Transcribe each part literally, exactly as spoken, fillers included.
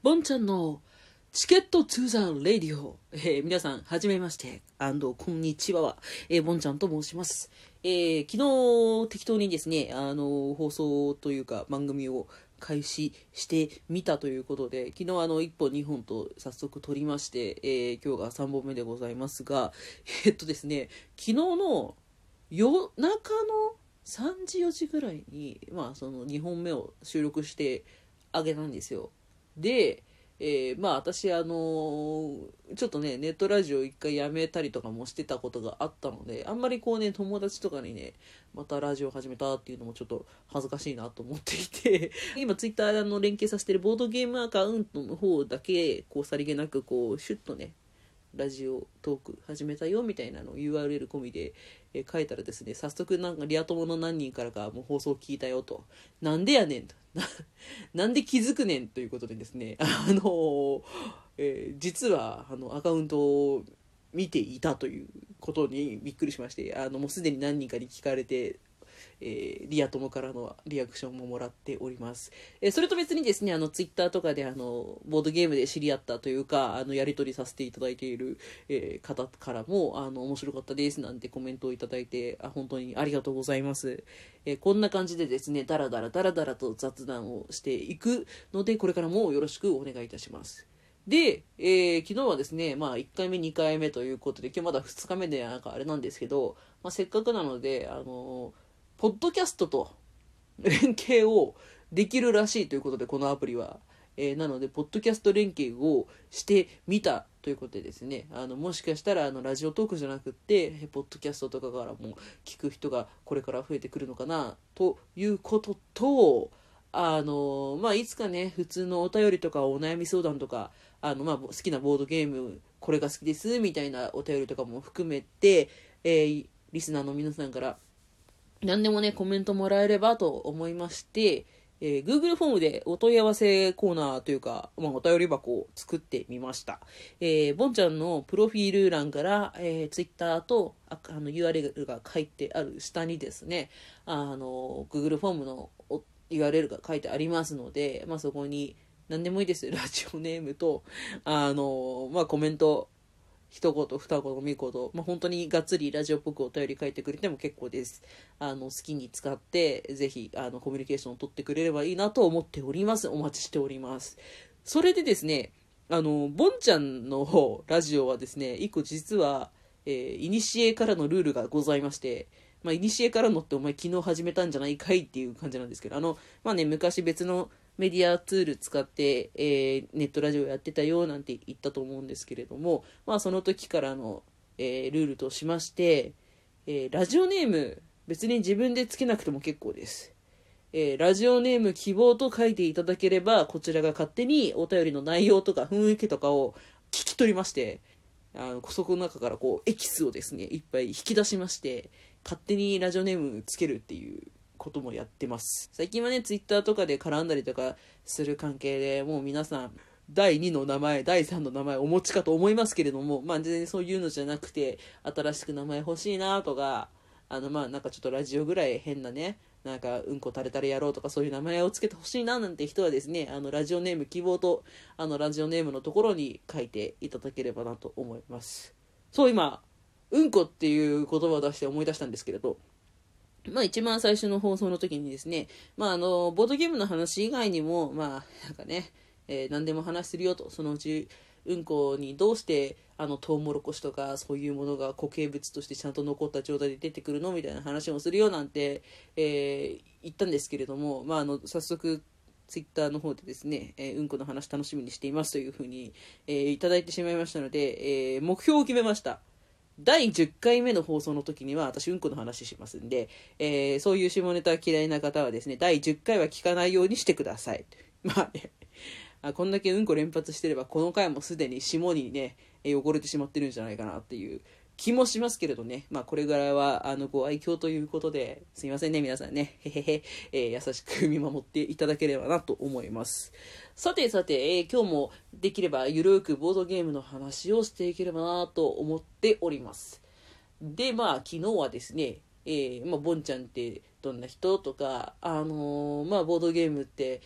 ボンちゃんのチケットトゥザレディオ、えー、皆さんはじめましてアンドこんにちはは、えー、ボンちゃんと申します。えー、昨日適当にですねあの放送というか番組を開始してみたということで、昨日あのいっぽんにほんと早速撮りまして、えー、今日がさんぼんめでございますが、えっとですね昨日の夜中のさんじよじぐらいにまあそのにほんめを収録してあげたんですよ。で、えー、まあ私あのー、ちょっとねネットラジオ一回やめたりとかもしてたことがあったので、あんまりこうね友達とかにねまたラジオ始めたっていうのもちょっと恥ずかしいなと思っていて今ツイッターの連携させてるボードゲームアカウントの方だけこうさりげなくこうシュッとねラジオトーク始めたよみたいなのを ユーアールエル 込みで、えー、書いたらですね、早速なんかリア友の何人からかもう放送聞いたよと、なんでやねんとな, なんで気づくねんということでですね、あのーえー、実はあのアカウントを見ていたということにびっくりしまして、あのもうすでに何人かに聞かれて、えー、リア友からのリアクションももらっております。えー、それと別にですね、あのツイッターとかであのボードゲームで知り合ったというか、あのやり取りさせていただいている、えー、方からもあの面白かったですなんてコメントをいただいて、あ本当にありがとうございます。えー、こんな感じでですね、ダラダラダラダラと雑談をしていくので、これからもよろしくお願いいたします。で、えー、昨日はですね、まあいっかいめにかいめということで、今日まだふつかめでなんかあれなんですけど、まあ、せっかくなのであのーポッドキャストと連携をできるらしいということで、このアプリは、えー、なのでポッドキャスト連携をしてみたということでですね、あのもしかしたらあのラジオトークじゃなくってポッドキャストとかからも聞く人がこれから増えてくるのかなということと、あのまあいつかね普通のお便りとかお悩み相談とか、あのまあ好きなボードゲームこれが好きですみたいなお便りとかも含めて、えー、リスナーの皆さんから何でもねコメントもらえればと思いまして、えー、Google フォームでお問い合わせコーナーというか、まあ、お便り箱を作ってみました。えー、ボンちゃんのプロフィール欄から、えー、Twitter とああの ユーアールエル が書いてある下にですね、あの Google フォームの ユーアールエル が書いてありますので、まあ、そこに何でもいいですよ、ラジオネームとあの、まあ、コメント一言二言三言、まあ、本当にがっつりラジオっぽくお便り書いてくれても結構です。あの好きに使ってぜひあのコミュニケーションを取ってくれればいいなと思っております。お待ちしております。それでですね、あのボンちゃんの方ラジオはですね、一個実は、えー、イニシエからのルールがございまして、まあ、イニシエからのってお前昨日始めたんじゃないかいっていう感じなんですけど、あのまあね昔別のメディアツール使って、えー、ネットラジオやってたよなんて言ったと思うんですけれども、まあその時からの、えー、ルールとしまして、えー、ラジオネーム別に自分でつけなくても結構です。えー、ラジオネーム希望と書いていただければ、こちらが勝手にお便りの内容とか雰囲気とかを聞き取りまして、あのそこの中からこうエキスをですねいっぱい引き出しまして、勝手にラジオネームつけるっていうこともやってます。最近はねツイッターとかで絡んだりとかする関係で、もう皆さんだいにの名前だいさんの名前お持ちかと思いますけれども、まあ全然そういうのじゃなくて、新しく名前欲しいなとか、あのまあなんかちょっとラジオぐらい変なね、なんかうんこ垂れ垂れやろうとかそういう名前をつけてほしいななんて人はですね、あのラジオネーム希望とあのラジオネームのところに書いていただければなと思います。そう、今うんこっていう言葉を出して思い出したんですけれど、まあ一番最初の放送の時にですね、まああの、ボードゲームの話以外にも、まあなんかね、えー、何でも話するよと、そのうちうんこにどうしてあのトウモロコシとかそういうものが固形物としてちゃんと残った状態で出てくるのみたいな話もするよなんて、えー、言ったんですけれども、まああの、早速、ツイッターの方でですね、えー、うんこの話楽しみにしていますというふうに、えー、いただいてしまいましたので、えー、目標を決めました。だいじゅっかいめの放送の時には私うんこの話しますんで、えー、そういう下ネタ嫌いな方はですね、だいじゅっかいは聞かないようにしてください。まあね、あこんだけうんこ連発してればこの回もすでに霜にね汚れてしまってるんじゃないかなっていう気もしますけれどね、まあこれぐらいはあのご愛嬌ということですいませんね皆さんね、へへへ、えー、優しく見守っていただければなと思います。さてさて、えー、今日もできればゆるくボードゲームの話をしていければなと思っております。でまあ昨日はですね、えーまあ、ボンちゃんってどんな人とか、あのー、まあボードゲームって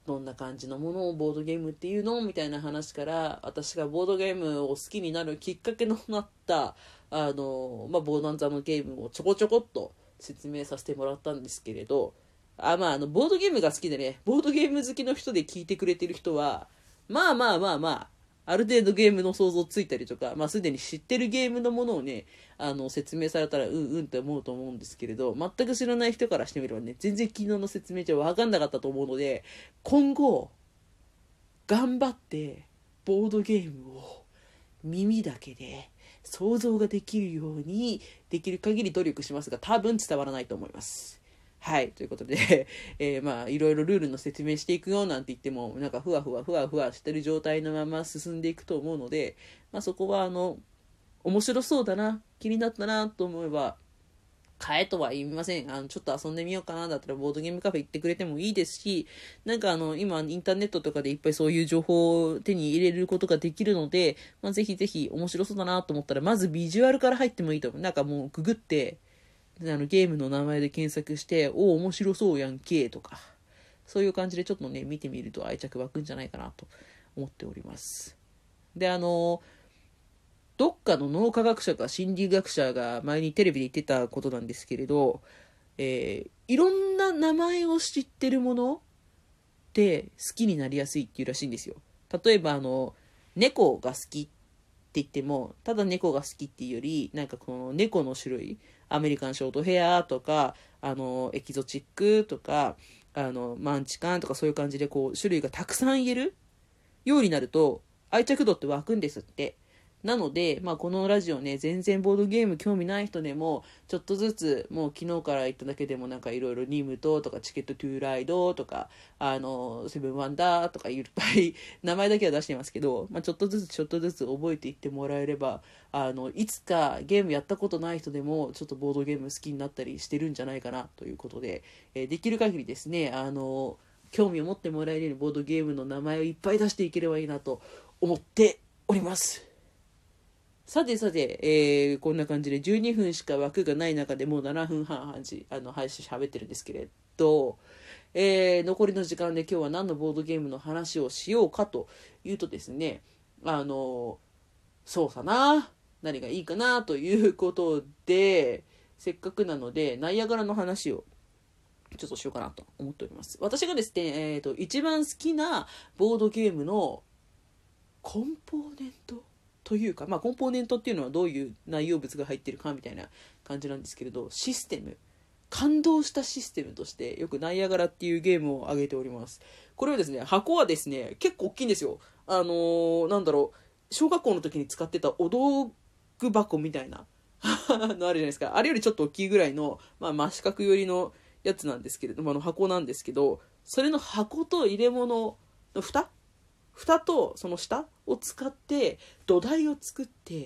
どんな感じのものをボードゲームっていうのみたいな話から、私がボードゲームを好きになるきっかけのなったあの、まあ、ボーダンザのゲームをちょこちょこっと説明させてもらったんですけれど、あ、まあ、あのボードゲームが好きでね、ボードゲーム好きの人で聞いてくれてる人はまあまあまあまあある程度ゲームの想像ついたりとか、まあ、すでに知ってるゲームのものをね、あの説明されたらうんうんって思うと思うんですけれど、全く知らない人からしてみればね、全然昨日の説明じゃ分かんなかったと思うので、今後頑張ってボードゲームを耳だけで想像ができるようにできる限り努力しますが、多分伝わらないと思います。はい、ということで、えー、まあいろいろルールの説明していくよなんて言っても、なんかふわふわふわふわしてる状態のまま進んでいくと思うので、まあ、そこはあの面白そうだな、気になったなと思えば買えとは言いません。あのちょっと遊んでみようかなだったらボードゲームカフェ行ってくれてもいいですし、なんかあの今インターネットとかでいっぱいそういう情報を手に入れることができるので、まあ、ぜひぜひ面白そうだなと思ったらまずビジュアルから入ってもいいと思う。なんかもうググってあのゲームの名前で検索しておお面白そうやんけとか、そういう感じでちょっとね見てみると愛着湧くんじゃないかなと思っております。で、あのどっかの脳科学者か心理学者が前にテレビで言ってたことなんですけれど、えー、いろんな名前を知ってるものって好きになりやすいっていうらしいんですよ。例えばあの猫が好きって言っても、ただ猫が好きっていうより、なんかこの猫の種類、アメリカンショートヘアとか、あのエキゾチックとか、あのマンチカンとか、そういう感じでこう種類がたくさん言えるようになると愛着度って湧くんですって。なので、まあ、このラジオね、全然ボードゲーム興味ない人でもちょっとずつ、もう昨日から言っただけでもなんかいろいろニムトとかチケットトゥーライドとか、あのセブンワンダーとかいっぱい名前だけは出してますけど、まあ、ちょっとずつちょっとずつ覚えていってもらえれば、あのいつかゲームやったことない人でもちょっとボードゲーム好きになったりしてるんじゃないかなということで、えー、できる限りですね、あの興味を持ってもらえるようにボードゲームの名前をいっぱい出していければいいなと思っております。さてさて、えー、こんな感じでじゅうにふんしか枠がない中でもうななふんはんはんあの配信喋ってるんですけれど、えー、残りの時間で今日は何のボードゲームの話をしようかというとですね、あのそうさな何がいいかなということで、せっかくなのでナイアガラの話をちょっとしようかなと思っております。私がですね、えーと、一番好きなボードゲームのコンポーネントというか、まあ、コンポーネントっていうのはどういう内容物が入ってるかみたいな感じなんですけれど、システム、感動したシステムとしてよくナイアガラっていうゲームを挙げております。これはですね、箱はですね結構大きいんですよ。あのー、なんだろう、小学校の時に使ってたお道具箱みたいなのあるじゃないですか。あれよりちょっと大きいぐらいの、まあ、真四角寄りのやつなんですけれども、あの箱なんですけど、それの箱と入れ物の蓋蓋とその下を使って土台を作って、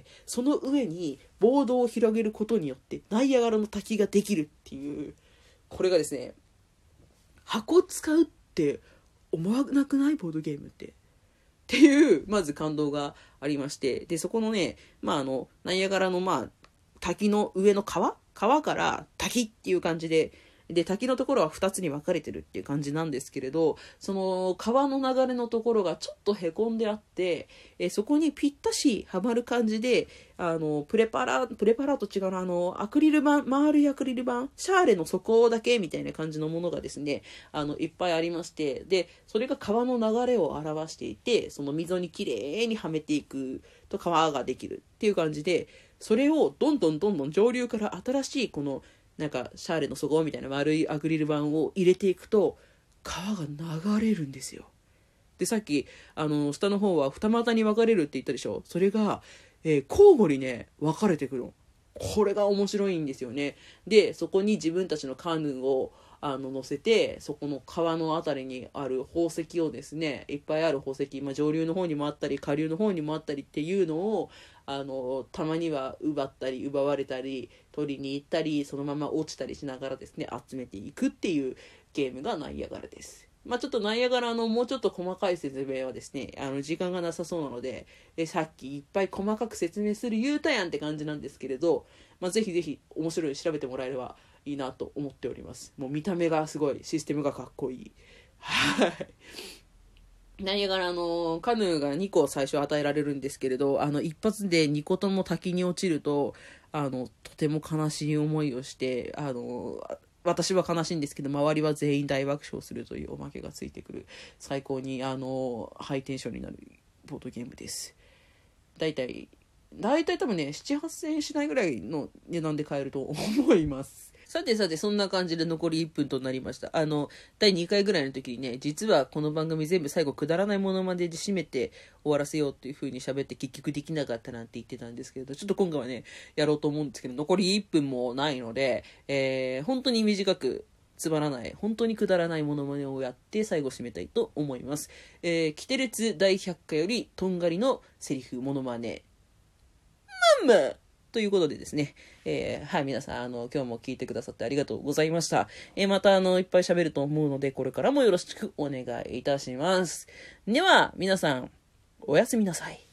その上にボードを広げることによってナイアガラの滝ができるっていう、これがですね、箱使うって思わなくない？ボードゲームってっていうまず感動がありまして、でそこのね、まああのナイアガラのまあ滝の上の川川から滝っていう感じで、で滝のところはふたつに分かれてるっていう感じなんですけれど、その川の流れのところがちょっとへこんであって、えそこにぴったしはまる感じで、あのプレパラプレパラと違うの、あのアクリル板、丸いアクリル板、シャーレの底だけみたいな感じのものがですね、あのいっぱいありまして、でそれが川の流れを表していて、その溝にきれいにはめていくと川ができるっていう感じで、それをどんどんどんどん上流から新しいこのなんかシャーレの底みたいな丸いアクリル板を入れていくと川が流れるんですよ。でさっきあの下の方は二股に分かれるって言ったでしょ。それが、えー、交互にね分かれてくるの。これが面白いんですよね。でそこに自分たちのカヌーをあの乗せて、そこの川のあたりにある宝石をですね、いっぱいある宝石、まあ、上流の方にもあったり下流の方にもあったりっていうのをあのたまには奪ったり奪われたり取りに行ったりそのまま落ちたりしながらですね集めていくっていうゲームがナイアガラです。まあちょっとナイアガラのもうちょっと細かい説明はですね、あの時間がなさそうなので、えさっきいっぱい細かく説明する言うたやんって感じなんですけれど、まあ、ぜひぜひ面白い調べてもらえればいいなと思っております。もう見た目がすごい、システムがかっこいい。 はい。何やからあの、カヌーがにこ最初与えられるんですけれど、あの、一発でにことも滝に落ちると、あの、とても悲しい思いをして、あの、私は悲しいんですけど、周りは全員大爆笑するというおまけがついてくる、最高に、あの、ハイテンションになるボードゲームです。だいたい、だいたい多分ね、なな、はっせんえんしないぐらいの値段で買えると思います。さてさて、そんな感じで残りいっぷんとなりました。あの、だいにかいぐらいの時にね、実はこの番組全部最後くだらないものまでで締めて終わらせようっていう風に喋って結局できなかったなんて言ってたんですけれど、ちょっと今回はね、やろうと思うんですけど、残りいっぷんもないので、えー、本当に短く、つまらない、本当にくだらないものまねをやって最後締めたいと思います。えー、キテレツだいひゃっかいより、とんがりのセリフものまね。マンマということでですね、えー、はい、皆さん、あの、今日も聞いてくださってありがとうございました。えー、また、あの、いっぱい喋ると思うので、これからもよろしくお願いいたします。では、皆さん、おやすみなさい。